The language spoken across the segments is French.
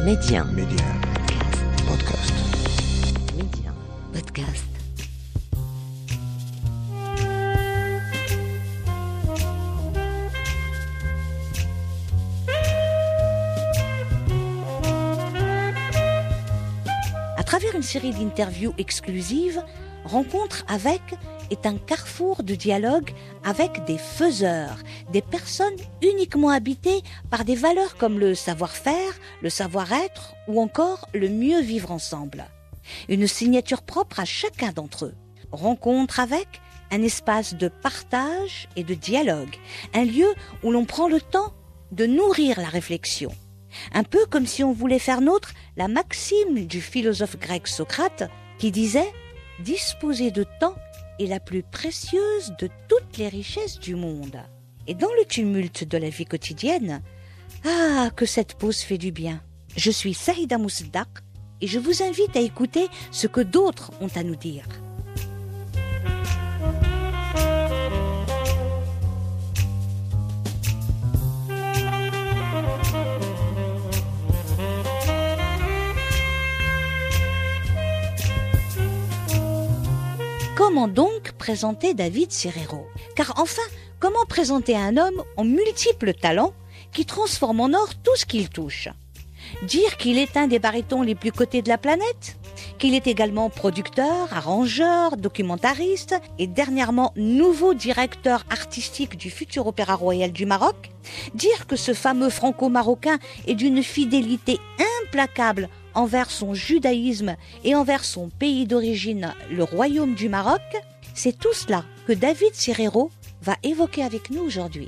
Média. Média. Podcast. Média. Podcast. À travers une série d'interviews exclusives, Rencontre avec est un carrefour de dialogue avec des faiseurs, des personnes uniquement habitées par des valeurs comme le savoir-faire, le savoir-être ou encore le mieux vivre ensemble. Une signature propre à chacun d'entre eux. Rencontre avec un espace de partage et de dialogue, un lieu où l'on prend le temps de nourrir la réflexion. Un peu comme si on voulait faire nôtre la maxime du philosophe grec Socrate qui disait « Disposer de temps est la plus précieuse de toutes les richesses du monde. » Et dans le tumulte de la vie quotidienne, que cette pause fait du bien. Je suis Saïda Mousdak et je vous invite à écouter ce que d'autres ont à nous dire. Comment donc présenter David Serero ? Car enfin, comment présenter un homme en multiples talents qui transforme en or tout ce qu'il touche ? Dire qu'il est un des barytons les plus cotés de la planète ? Qu'il est également producteur, arrangeur, documentariste et dernièrement nouveau directeur artistique du futur Opéra Royal du Maroc ? Dire que ce fameux franco-marocain est d'une fidélité implacable envers son judaïsme et envers son pays d'origine, le Royaume du Maroc, c'est tout cela que David Serero va évoquer avec nous aujourd'hui.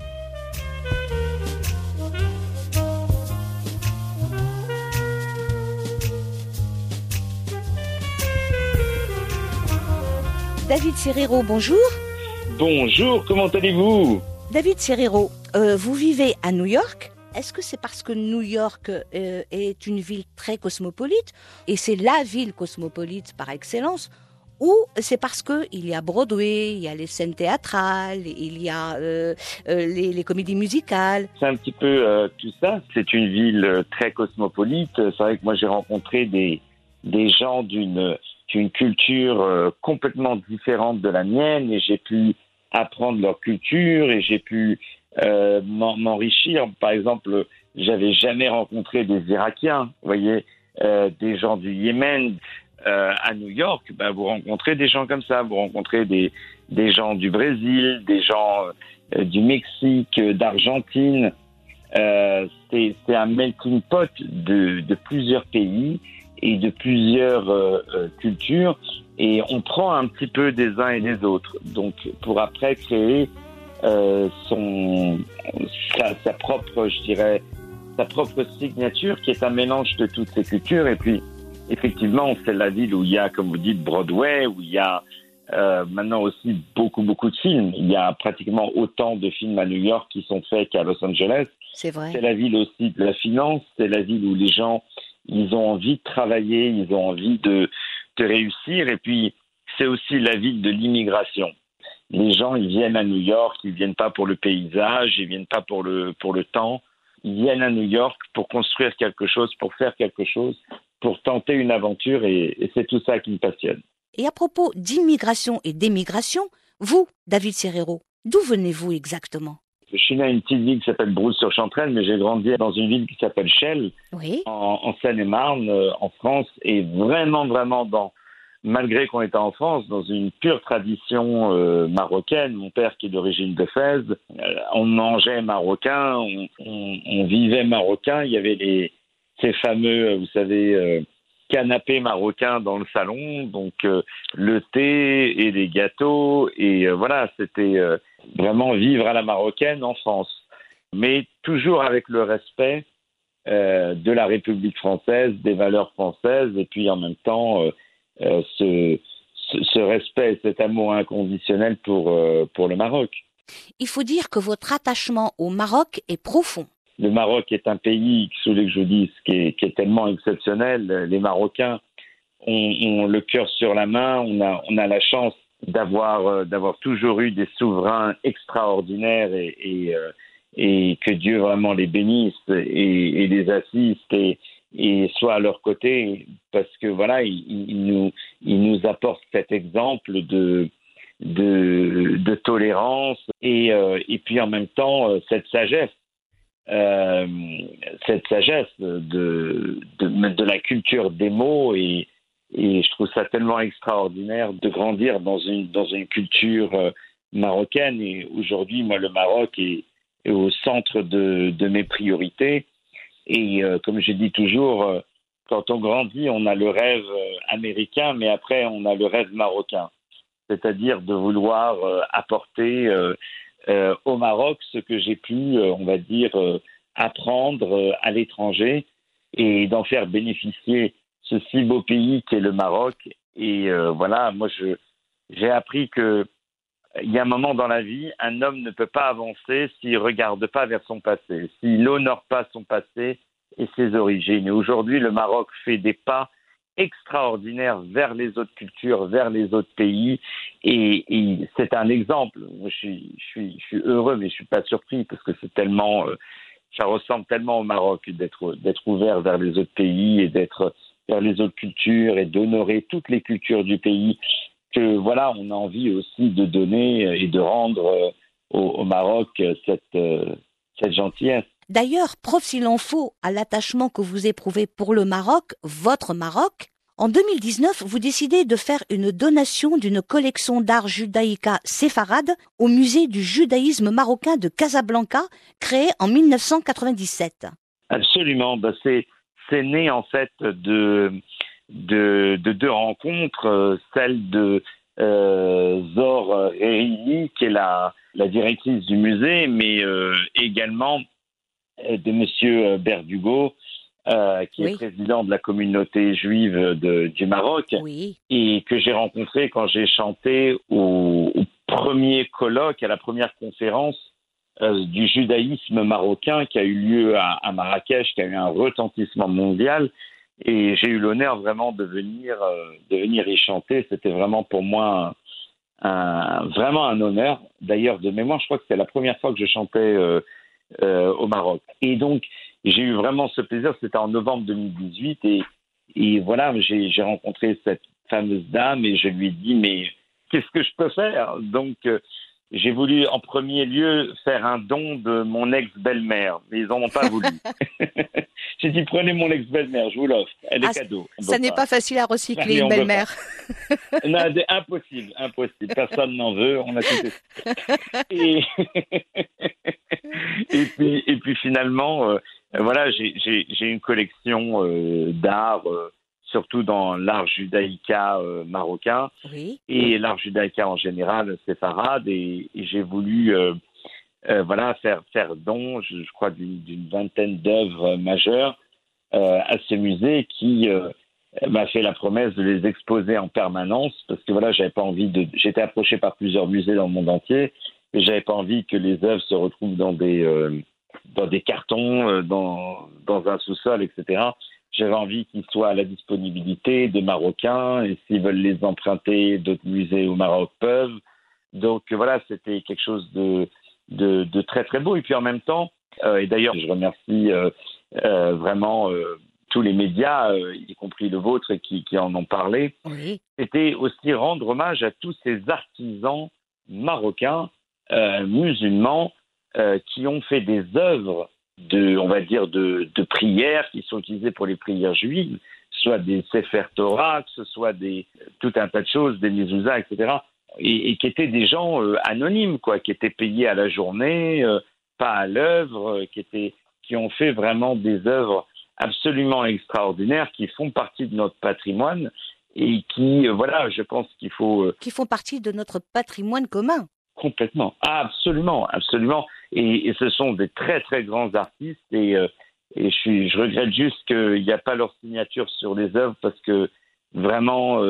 David Serero, bonjour. Bonjour, comment allez-vous ? David Serero, vous vivez à New York. Est-ce que c'est parce que New York est une ville très cosmopolite et c'est la ville cosmopolite par excellence, ou c'est parce qu'il y a Broadway, il y a les scènes théâtrales, il y a les comédies musicales ? C'est un petit peu tout ça. C'est une ville très cosmopolite. C'est vrai que moi j'ai rencontré des gens d'une culture complètement différente de la mienne et j'ai pu apprendre leur culture et j'ai pu m'enrichir. Par exemple, j'avais jamais rencontré des Irakiens, vous voyez, des gens du Yémen. À New York, vous rencontrez des gens comme ça, vous rencontrez des gens du Brésil, des gens du Mexique, d'Argentine. C'est un melting pot de plusieurs pays et de plusieurs cultures, et on prend un petit peu des uns et des autres. Donc, pour après créer sa propre, je dirais, sa propre signature, qui est un mélange de toutes ces cultures. Et puis, effectivement, c'est la ville où il y a, comme vous dites, Broadway, où il y a maintenant aussi beaucoup de films. Il y a pratiquement autant de films à New York qui sont faits qu'à Los Angeles. C'est vrai. C'est la ville aussi de la finance, c'est la ville où les gens, ils ont envie de travailler, ils ont envie de réussir. Et puis, c'est aussi la ville de l'immigration. Les gens, ils viennent à New York, ils viennent pas pour le paysage, ils viennent pas pour le temps. Ils viennent à New York pour construire quelque chose, pour faire quelque chose, pour tenter une aventure, et c'est tout ça qui me passionne. Et à propos d'immigration et d'émigration, vous, David Serero, d'où venez-vous exactement ? Je suis né à une petite ville qui s'appelle Brousse-sur-Chanterelle, mais j'ai grandi dans une ville qui s'appelle Chelles, oui. en Seine-et-Marne, en France, et vraiment malgré qu'on était en France, dans une pure tradition marocaine. Mon père qui est d'origine de Fès, on mangeait marocain, on vivait marocain. Il y avait ces fameux, vous savez, canapés marocains dans le salon, donc le thé et les gâteaux, et voilà, c'était vraiment vivre à la marocaine en France, mais toujours avec le respect de la République française, des valeurs françaises, et puis en même temps ce respect, cet amour inconditionnel pour le Maroc. Il faut dire que votre attachement au Maroc est profond. Le Maroc est un pays, si vous voulez que je vous dise, qui est tellement exceptionnel. Les Marocains ont le cœur sur la main. On a la chance d'avoir toujours eu des souverains extraordinaires et que Dieu vraiment les bénisse et les assiste. et sois à leur côté, parce que voilà, ils nous apportent cet exemple de tolérance et puis en même temps cette sagesse de la culture des mots et je trouve ça tellement extraordinaire de grandir dans une culture marocaine. Et aujourd'hui, moi, le Maroc est au centre de mes priorités. Et comme je dis toujours, quand on grandit, on a le rêve américain, mais après, on a le rêve marocain. C'est-à-dire de vouloir apporter au Maroc ce que j'ai pu, on va dire, apprendre à l'étranger et d'en faire bénéficier ce si beau pays qu'est le Maroc. Et voilà, moi, j'ai appris que il y a un moment dans la vie, un homme ne peut pas avancer s'il ne regarde pas vers son passé, s'il n'honore pas son passé et ses origines. Et aujourd'hui, le Maroc fait des pas extraordinaires vers les autres cultures, vers les autres pays. Et c'est un exemple. Moi, je suis heureux, mais je ne suis pas surpris parce que c'est tellement, ça ressemble tellement au Maroc d'être ouvert vers les autres pays et d'être vers les autres cultures et d'honorer toutes les cultures du pays. Que voilà, on a envie aussi de donner et de rendre au Maroc cette gentillesse. D'ailleurs, preuve s'il en faut à l'attachement que vous éprouvez pour le Maroc, votre Maroc, en 2019, vous décidez de faire une donation d'une collection d'art judaïka séfarade au musée du judaïsme marocain de Casablanca, créé en 1997. Absolument, c'est né en fait de deux rencontres, celle de Zor Reili, qui est la directrice du musée, mais également de Monsieur Berdugo, qui est président de la communauté juive du Maroc, et que j'ai rencontré quand j'ai chanté au premier colloque, à la première conférence du judaïsme marocain qui a eu lieu à Marrakech, qui a eu un retentissement mondial. Et j'ai eu l'honneur vraiment de venir y chanter. C'était vraiment pour moi vraiment un honneur. D'ailleurs, de mémoire, je crois que c'était la première fois que je chantais au Maroc. Et donc, j'ai eu vraiment ce plaisir. C'était en novembre 2018. Et voilà, j'ai rencontré cette fameuse dame et je lui ai dit, mais qu'est-ce que je peux faire? Donc, j'ai voulu en premier lieu faire un don de mon ex-belle-mère, mais ils n'en ont pas voulu. J'ai dit, prenez mon ex-belle-mère, je vous l'offre, elle est cadeau. Ça n'est pas facile à recycler, une belle-mère. Non, impossible, personne n'en veut, on a tout essayé. Et puis finalement, voilà, j'ai une collection d'art, surtout dans l'art judaïka marocain et l'art judaïka en général séfarade, et j'ai voulu voilà, faire don, je crois, d'une vingtaine d'œuvres majeures à ce musée qui m'a fait la promesse de les exposer en permanence, parce que voilà, j'avais pas envie j'étais approché par plusieurs musées dans le monde entier, et j'avais pas envie que les œuvres se retrouvent dans des cartons, dans un sous-sol, etc. J'avais envie qu'ils soient à la disponibilité des Marocains, et s'ils veulent les emprunter, d'autres musées au Maroc peuvent. Donc voilà, c'était quelque chose de très très beau. Et puis en même temps, et d'ailleurs je remercie vraiment tous les médias, y compris le vôtre, qui en ont parlé, c'était aussi rendre hommage à tous ces artisans marocains, musulmans, qui ont fait des œuvres on va dire, de prières qui sont utilisées pour les prières juives, soit des Sefer Torah, que ce soit tout un tas de choses, des mezuzahs, etc., et qui étaient des gens anonymes, quoi, qui étaient payés à la journée, pas à l'œuvre, qui ont fait vraiment des œuvres absolument extraordinaires, qui font partie de notre patrimoine, et qui, voilà, je pense qu'il faut... qui font partie de notre patrimoine commun. Complètement, absolument. Et ce sont des très très grands artistes, et je regrette juste qu'il n'y a pas leur signature sur les œuvres, parce que vraiment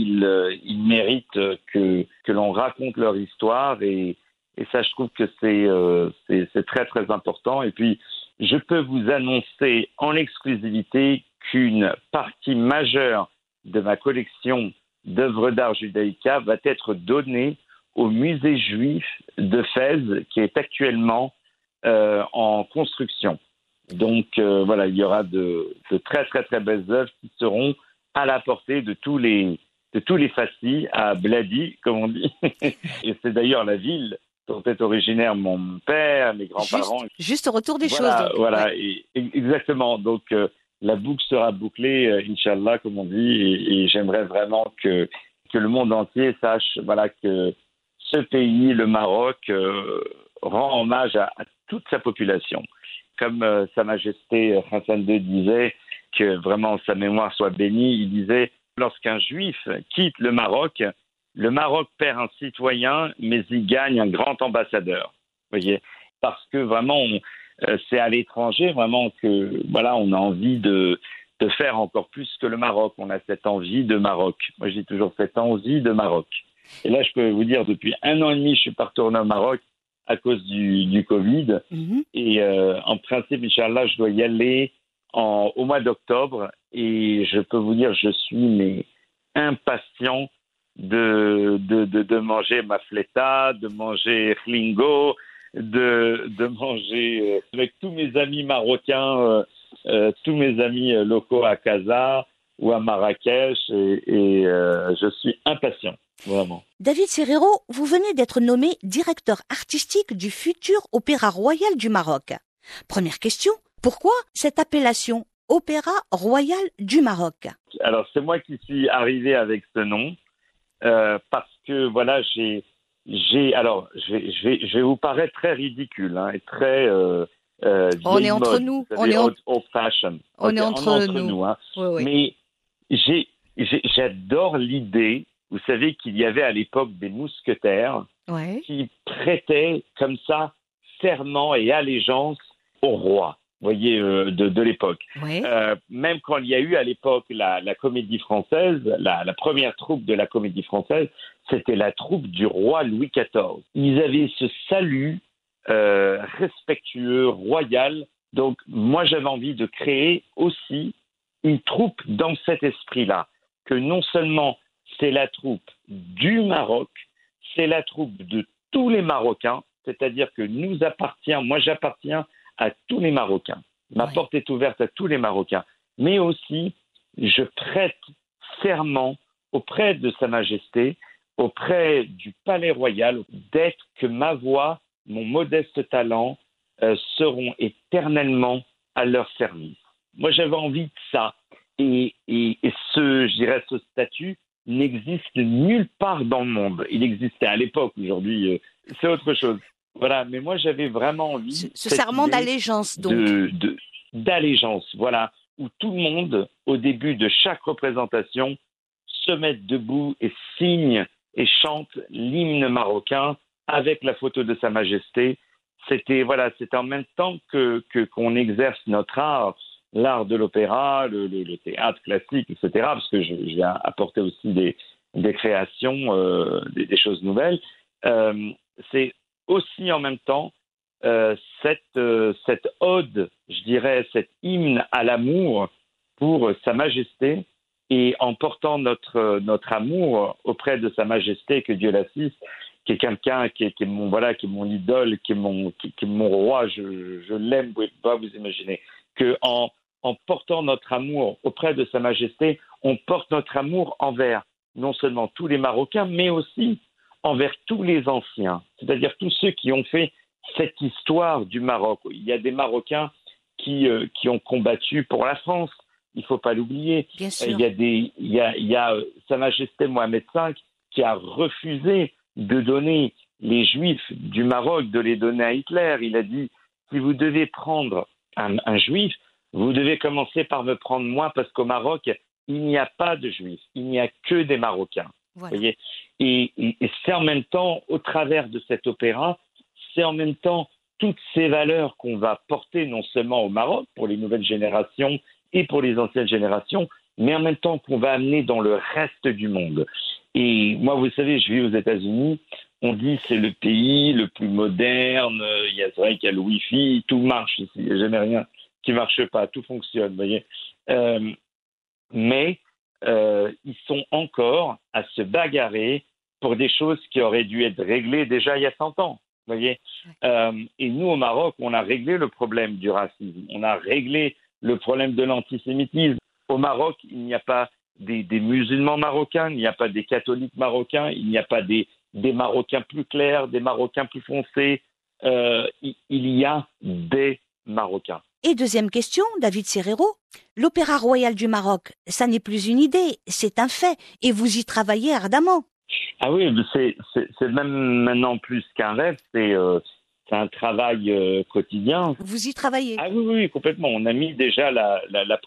ils méritent que l'on raconte leur histoire, et ça, je trouve que c'est très très important. Et puis je peux vous annoncer en exclusivité qu'une partie majeure de ma collection d'œuvres d'art judaïka va être donnée au musée juif de Fès, qui est actuellement en construction. Donc voilà, il y aura de très très très belles œuvres qui seront à la portée de tous les fascis à Bladi, comme on dit. Et c'est d'ailleurs la ville dont est originaire mon père, mes grands-parents. Juste au retour des choses. Voilà, Donc. voilà, Ouais. exactement. Donc la boucle sera bouclée, Inch'Allah, comme on dit, et j'aimerais vraiment que le monde entier sache, voilà, que ce pays, le Maroc, rend hommage à toute sa population. Comme Sa Majesté Hassan II disait, que vraiment sa mémoire soit bénie, il disait, lorsqu'un juif quitte le Maroc perd un citoyen, mais il gagne un grand ambassadeur. Vous voyez, parce que vraiment, c'est à l'étranger vraiment que voilà, on a envie de faire encore plus que le Maroc. On a cette envie de Maroc. Moi, j'ai toujours cette envie de Maroc. Et là, je peux vous dire, depuis 1 an et demi, je suis pas retourné au Maroc à cause du Covid. Mhm. Et en principe, Inch'Allah, je dois y aller au mois d'octobre. Et je peux vous dire, je suis impatient de manger ma fleta, de manger khlingo, de manger avec tous mes amis marocains, tous mes amis locaux à Casa ou à Marrakech. Et je suis impatient, vraiment. David Serrero, vous venez d'être nommé directeur artistique du futur Opéra Royal du Maroc. Première question, pourquoi cette appellation Opéra Royal du Maroc? Alors, c'est moi qui suis arrivé avec ce nom parce que, voilà, alors, je vais vous paraître très ridicule et très On est vieille entre mode, nous. vous savez, old fashion. On est Ok, entre nous. hein. Oui. Mais j'adore l'idée, vous savez, qu'il y avait à l'époque des mousquetaires Ouais. qui prêtaient comme ça serment et allégeance au roi, vous voyez, de l'époque. Ouais. Même quand il y a eu à l'époque la Comédie Française, la première troupe de la Comédie Française, c'était la troupe du roi Louis XIV. Ils avaient ce salut respectueux, royal. Donc, moi, j'avais envie de créer aussi une troupe dans cet esprit-là, que non seulement c'est la troupe du Maroc, c'est la troupe de tous les Marocains, c'est-à-dire que moi j'appartiens à tous les Marocains. Ma porte est ouverte à tous les Marocains. Mais aussi, je prête serment auprès de Sa Majesté, auprès du Palais Royal, d'être que ma voix, mon modeste talent seront éternellement à leur service. Moi, j'avais envie de ça. Et je dirais, ce statut n'existe nulle part dans le monde. Il existait à l'époque, aujourd'hui, c'est autre chose. Voilà, mais moi, j'avais vraiment envie... Ce serment d'allégeance, donc. D'allégeance, voilà, où tout le monde, au début de chaque représentation, se met debout et signe et chante l'hymne marocain avec la photo de Sa Majesté. C'était en même temps qu'on exerce notre art, l'art de l'opéra, le théâtre classique, etc., parce que je vais apporter aussi des créations, des choses nouvelles. C'est aussi en même temps cette ode, je dirais, cet hymne à l'amour pour Sa Majesté, et en portant notre amour auprès de Sa Majesté, que Dieu l'assiste, qui est quelqu'un qui est mon idole, qui est mon roi, je l'aime, vous ne pouvez pas vous imaginer, que en portant notre amour auprès de Sa Majesté, on porte notre amour envers non seulement tous les Marocains, mais aussi envers tous les anciens, c'est-à-dire tous ceux qui ont fait cette histoire du Maroc. Il y a des Marocains qui ont combattu pour la France, il ne faut pas l'oublier. Bien sûr. Il y a Sa Majesté Mohamed V qui a refusé de donner les Juifs du Maroc, de les donner à Hitler. Il a dit, si vous devez prendre un Juif, vous devez commencer par me prendre moi, parce qu'au Maroc, il n'y a pas de Juifs, il n'y a que des Marocains. Voilà. Voyez, et c'est en même temps, au travers de cet opéra, c'est en même temps toutes ces valeurs qu'on va porter non seulement au Maroc, pour les nouvelles générations et pour les anciennes générations, mais en même temps qu'on va amener dans le reste du monde. Et moi, vous savez, je vis aux États-Unis, on dit que c'est le pays le plus moderne, c'est vrai qu'il y a le Wi-Fi, tout marche ici, il n'y a jamais rien qui ne marche pas, tout fonctionne, vous voyez. Mais ils sont encore à se bagarrer pour des choses qui auraient dû être réglées déjà il y a 100 ans. voyez. Et nous, au Maroc, on a réglé le problème du racisme. On a réglé le problème de l'antisémitisme. Au Maroc, il n'y a pas des musulmans marocains, il n'y a pas des catholiques marocains, il n'y a pas des Marocains plus clairs, des Marocains plus foncés. Il y a des Marocains. Et deuxième question, David Serrero, l'Opéra Royal du Maroc, ça n'est plus une idée, c'est un fait, et vous y travaillez ardemment. Ah oui, c'est même maintenant plus qu'un rêve, c'est un travail quotidien. Vous y travaillez? Ah oui, oui, complètement. On a mis déjà la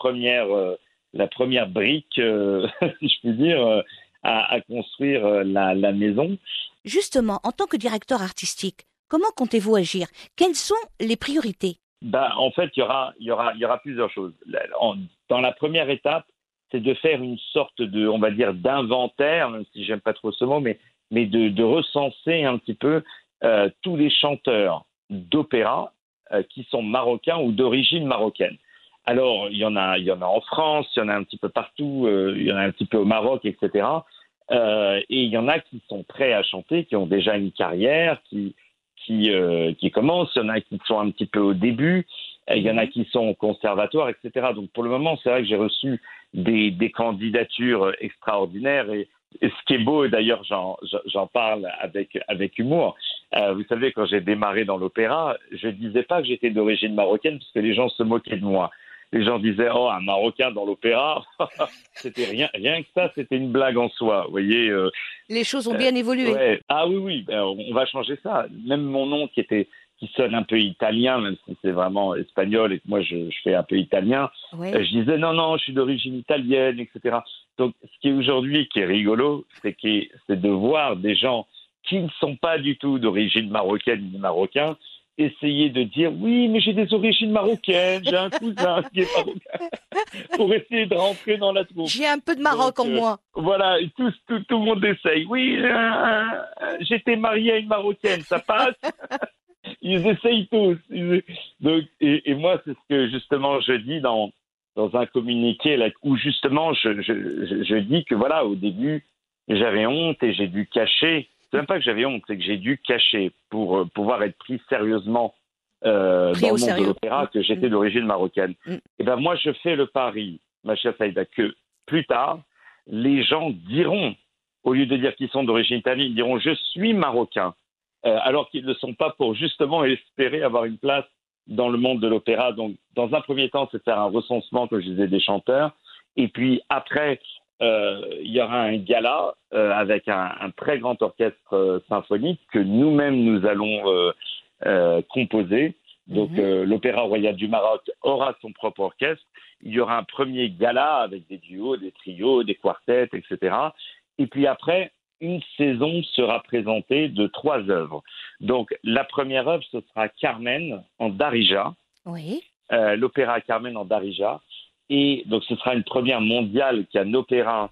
première brique, si je puis dire, à construire la maison. Justement, en tant que directeur artistique, comment comptez-vous agir? Quelles sont les priorités? En fait, il y aura plusieurs choses. Dans la première étape, c'est de faire une sorte de, on va dire, d'inventaire, même si j'aime pas trop ce mot, mais de recenser un petit peu tous les chanteurs d'opéra qui sont marocains ou d'origine marocaine. Alors, il y en a en France, il y en a un petit peu partout, il y en a un petit peu au Maroc, etc. Et il y en a qui sont prêts à chanter, qui ont déjà une carrière, qui commencent, il y en a qui sont un petit peu au début, il y en a qui sont au conservatoire, etc. Donc pour le moment, c'est vrai que j'ai reçu des candidatures extraordinaires et ce qui est beau, et d'ailleurs j'en parle avec humour, vous savez, quand j'ai démarré dans l'opéra, je ne disais pas que j'étais d'origine marocaine parce que les gens se moquaient de moi. Les gens disaient « Oh, un Marocain dans l'opéra !» C'était rien que ça, c'était une blague en soi, vous voyez. Les choses ont bien évolué. Ouais. Ah oui, on va changer ça. Même mon nom qui sonne un peu italien, même si c'est vraiment espagnol et que moi je fais un peu italien, Ouais. je disais non, je suis d'origine italienne, etc. Donc ce qui est aujourd'hui, qui est rigolo, c'est de voir des gens qui ne sont pas du tout d'origine marocaine ni marocain, essayer de dire oui, mais j'ai des origines marocaines, j'ai un cousin qui est marocain, pour essayer de rentrer dans la troupe. J'ai un peu de Maroc en moi. Voilà, et tout le monde essaye. Oui, j'étais marié à une Marocaine, ça passe. Ils essayent tous. Donc, et moi, c'est ce que justement je dis dans un communiqué là, où justement je dis que voilà, au début, j'avais honte et j'ai dû cacher. C'est même pas que j'avais honte, c'est que j'ai dû cacher pour pouvoir être pris sérieusement dans le monde de l'opéra que j'étais d'origine marocaine. Et ben moi, je fais le pari, ma chère Saïda, que plus tard, les gens diront, au lieu de dire qu'ils sont d'origine italienne, ils diront « je suis marocain », alors qu'ils ne sont pas pour justement espérer avoir une place dans le monde de l'opéra. Donc, dans un premier temps, c'est faire un recensement, comme je disais, des chanteurs. Et puis après, il y aura un gala avec un très grand orchestre symphonique que nous-mêmes, nous allons composer. Donc, l'Opéra Royal du Maroc aura son propre orchestre. Il y aura un premier gala avec des duos, des trios, des quartets, etc. Et puis après, une saison sera présentée de 3 œuvres. Donc, la première œuvre, ce sera Carmen en Darija. Oui. L'opéra Carmen en Darija. Et donc, ce sera une première mondiale qu'un opéra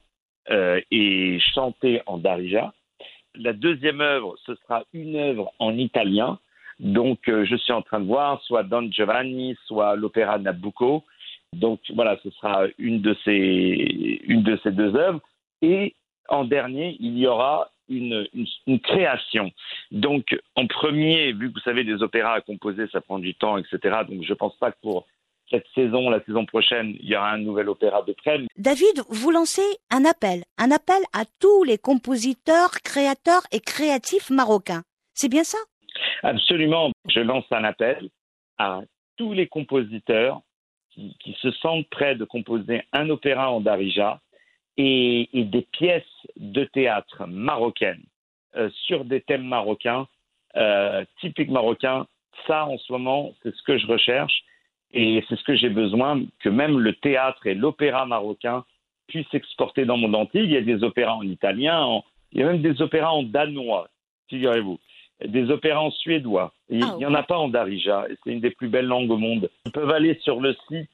est chanté en Darija. La deuxième œuvre, ce sera une œuvre en italien. Donc, je suis en train de voir soit Don Giovanni, soit l'opéra Nabucco. Donc, voilà, ce sera une de ces 2 œuvres. Et en dernier, il y aura une création. Donc, en premier, vu que vous savez, les opéras à composer, ça prend du temps, etc. Donc, je ne pense pas que pour cette saison, la saison prochaine, il y aura un nouvel opéra de près. David, vous lancez un appel à tous les compositeurs, créateurs et créatifs marocains. C'est bien ça? Absolument. Je lance un appel à tous les compositeurs qui se sentent prêts de composer un opéra en Darija et des pièces de théâtre marocaines sur des thèmes marocains, typiques marocains. Ça, en ce moment, c'est ce que je recherche et c'est ce que j'ai besoin, que même le théâtre et l'opéra marocain puissent exporter dans le monde entier. Il y a des opéras en italien, il y a même des opéras en danois, figurez-vous. Des opéras en suédois. Il n'y en a pas en Darija. C'est une des plus belles langues au monde. Ils peuvent aller sur le site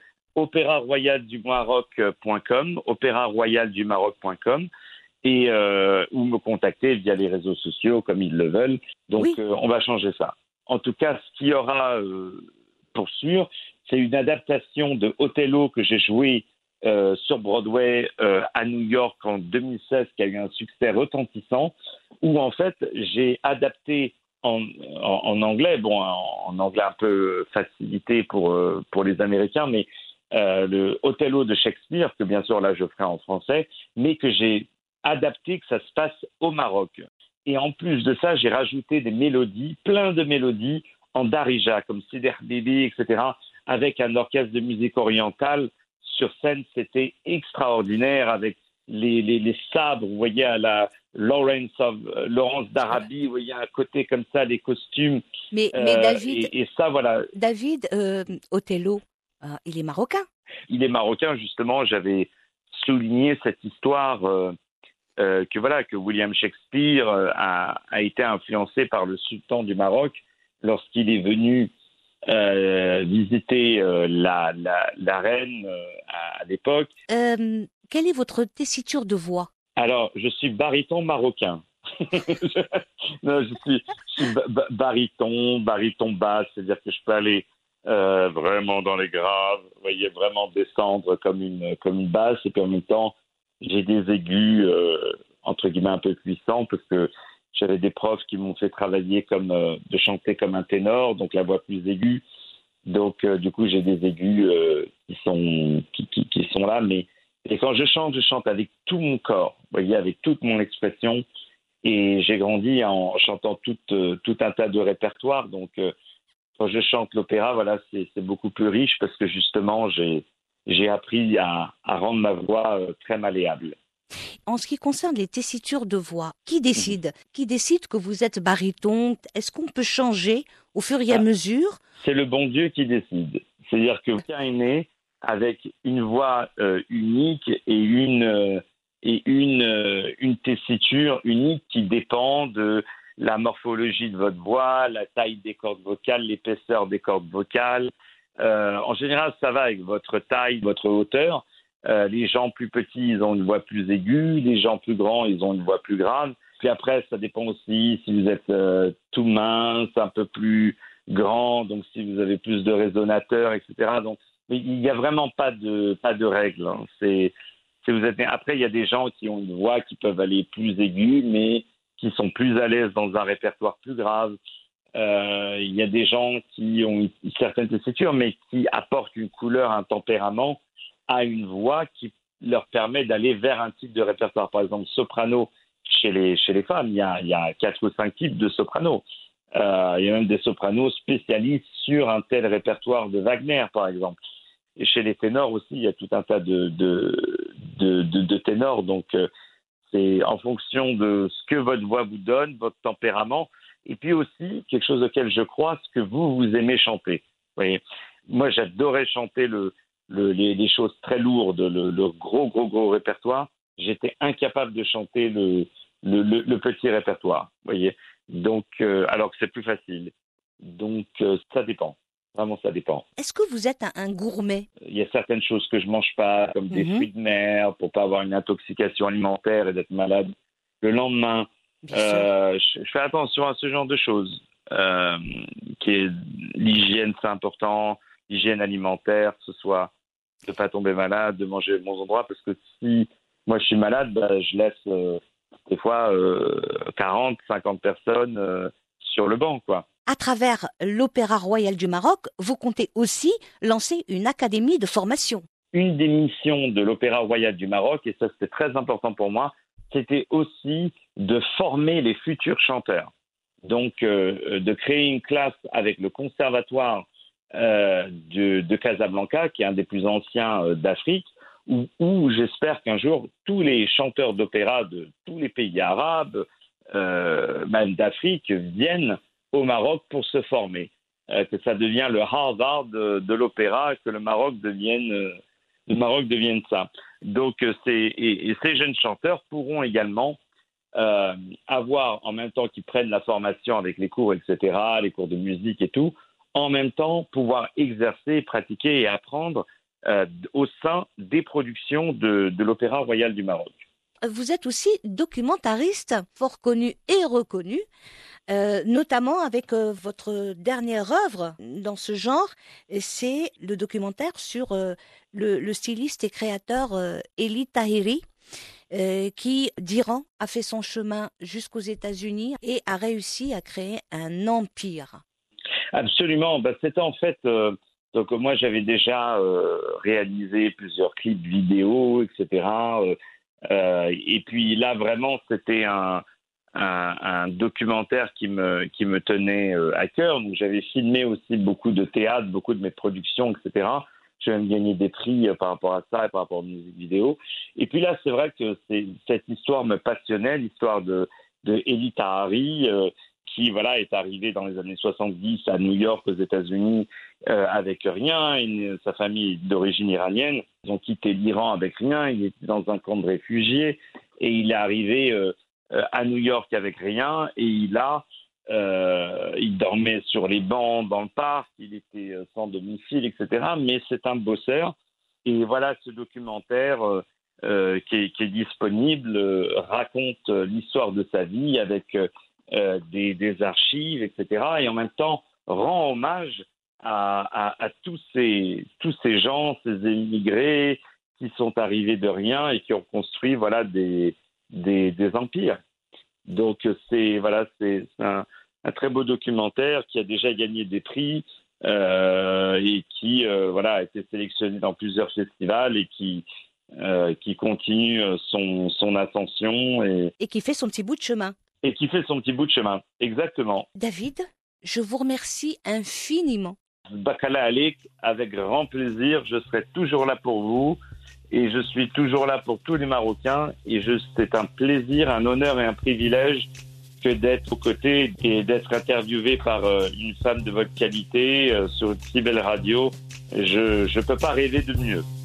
opéraroyaldumaroc.com, opéraroyaldumaroc.com et ou me contacter via les réseaux sociaux comme ils le veulent. Donc, on va changer ça. En tout cas, ce qu'il y aura pour sûr, c'est une adaptation de Othello que j'ai joué sur Broadway à New York en 2016, qui a eu un succès retentissant, où en fait j'ai adapté en anglais, en anglais un peu facilité pour les Américains, mais le Othello de Shakespeare, que bien sûr là je ferai en français, mais que j'ai adapté que ça se passe au Maroc. Et en plus de ça, j'ai rajouté des mélodies, plein de mélodies en darija, comme Sidi Bibi, etc., avec un orchestre de musique orientale. Sur scène, c'était extraordinaire, avec les sabres, vous voyez, à la Laurence d'Arabie, vous voyez, à côté comme ça, les costumes. Mais David, et ça, voilà. David Othello, il est marocain. Il est marocain, justement. J'avais souligné cette histoire que William Shakespeare a été influencé par le sultan du Maroc lorsqu'il est venu visiter la reine à l'époque. Quelle est votre tessiture de voix? Alors, je suis baryton marocain. Je suis baryton basse, c'est-à-dire que je peux aller vraiment dans les graves, vous voyez, vraiment descendre comme une basse, et puis en même temps, j'ai des aigus, entre guillemets, un peu puissants, parce que j'avais des profs qui m'ont fait travailler de chanter comme un ténor, donc la voix plus aiguë. Donc, du coup, j'ai des aigus qui sont là, mais et quand je chante avec tout mon corps, vous voyez, avec toute mon expression. Et j'ai grandi en chantant tout un tas de répertoires. Donc, quand je chante l'opéra, voilà, c'est beaucoup plus riche parce que justement, j'ai appris à rendre ma voix très malléable. En ce qui concerne les tessitures de voix, qui décide? Qui décide que vous êtes baryton? Est-ce qu'on peut changer au fur et à mesure? C'est le bon Dieu qui décide. C'est-à-dire que quelqu'un est né avec une voix unique et une tessiture unique qui dépend de la morphologie de votre voix, la taille des cordes vocales, l'épaisseur des cordes vocales. En général, ça va avec votre taille, votre hauteur. Les gens plus petits, ils ont une voix plus aiguë. Les gens plus grands, ils ont une voix plus grave. Puis après, ça dépend aussi si vous êtes tout mince, un peu plus grand, donc si vous avez plus de résonateurs, etc. Donc, il n'y a vraiment pas de règle. Hein. Après, il y a des gens qui ont une voix qui peuvent aller plus aiguë, mais qui sont plus à l'aise dans un répertoire plus grave. Il y a des gens qui ont une certaine tessiture, mais qui apportent une couleur, un tempérament à une voix qui leur permet d'aller vers un type de répertoire. Par exemple, soprano, chez les femmes, il y a 4 ou 5 types de soprano. Il y a même des sopranos spécialistes sur un tel répertoire de Wagner, par exemple. Et chez les ténors aussi, il y a tout un tas de ténors. Donc, c'est en fonction de ce que votre voix vous donne, votre tempérament, et puis aussi, quelque chose auquel je crois, ce que vous aimez chanter. Vous voyez, moi, j'adorais chanter les choses très lourdes, le gros répertoire. J'étais incapable de chanter le petit répertoire. Vous voyez, donc, alors que c'est plus facile. Donc, ça dépend. Vraiment, ça dépend. Est-ce que vous êtes un gourmet? Il y a certaines choses que je mange pas, comme des fruits de mer, pour pas avoir une intoxication alimentaire et d'être malade le lendemain. Je fais attention à ce genre de choses. L'hygiène, c'est important. L'hygiène alimentaire, que ce soit de pas tomber malade, de manger au bon endroit, parce que si moi je suis malade, je laisse des fois 40, 50 personnes sur le banc, quoi. À travers l'Opéra Royal du Maroc, vous comptez aussi lancer une académie de formation. Une des missions de l'Opéra Royal du Maroc, et ça c'était très important pour moi, c'était aussi de former les futurs chanteurs. Donc, de créer une classe avec le conservatoire de Casablanca, qui est un des plus anciens d'Afrique, où j'espère qu'un jour, tous les chanteurs d'opéra de tous les pays arabes, même d'Afrique, viennent au Maroc pour se former. Que ça devienne le Harvard de l'opéra, que le Maroc devienne ça. Donc, ces jeunes chanteurs pourront également avoir, en même temps qu'ils prennent la formation avec les cours, etc., les cours de musique et tout, en même temps pouvoir exercer, pratiquer et apprendre au sein des productions de l'Opéra Royal du Maroc. Vous êtes aussi documentariste, fort connu et reconnu, notamment avec votre dernière œuvre dans ce genre, c'est le documentaire sur le styliste et créateur Elie Tahiri. qui, d'Iran, a fait son chemin jusqu'aux États-Unis et a réussi à créer un empire. Absolument. C'était en fait... donc moi, j'avais déjà réalisé plusieurs clips vidéo, etc. Et puis là, vraiment, c'était un documentaire qui me tenait à cœur. Donc, j'avais filmé aussi beaucoup de théâtre, beaucoup de mes productions, etc. J'ai même gagné des prix par rapport à ça et par rapport aux musiques vidéo. Et puis là, c'est vrai que cette histoire me passionnait, l'histoire de Elie Tahari, qui est arrivé dans les années 70 à New York, aux États-Unis, avec rien. Sa famille est d'origine iranienne. Ils ont quitté l'Iran avec rien. Il était dans un camp de réfugiés et il est arrivé à New York avec rien. Et il dormait sur les bancs dans le parc. Il était sans domicile, etc. Mais c'est un bosseur. Et voilà, ce documentaire qui est disponible raconte l'histoire de sa vie avec des archives, etc. Et en même temps rend hommage à tous ces gens, ces immigrés qui sont arrivés de rien et qui ont construit des empires. Donc c'est un très beau documentaire qui a déjà gagné des prix et qui a été sélectionné dans plusieurs festivals et qui continue son ascension et qui fait son petit bout de chemin. Et qui fait son petit bout de chemin, exactement. David, je vous remercie infiniment. Bakala Alek, avec grand plaisir, je serai toujours là pour vous et je suis toujours là pour tous les Marocains et c'est un plaisir, un honneur et un privilège que d'être aux côtés et d'être interviewé par une femme de votre qualité sur une si belle radio. Je ne peux pas rêver de mieux.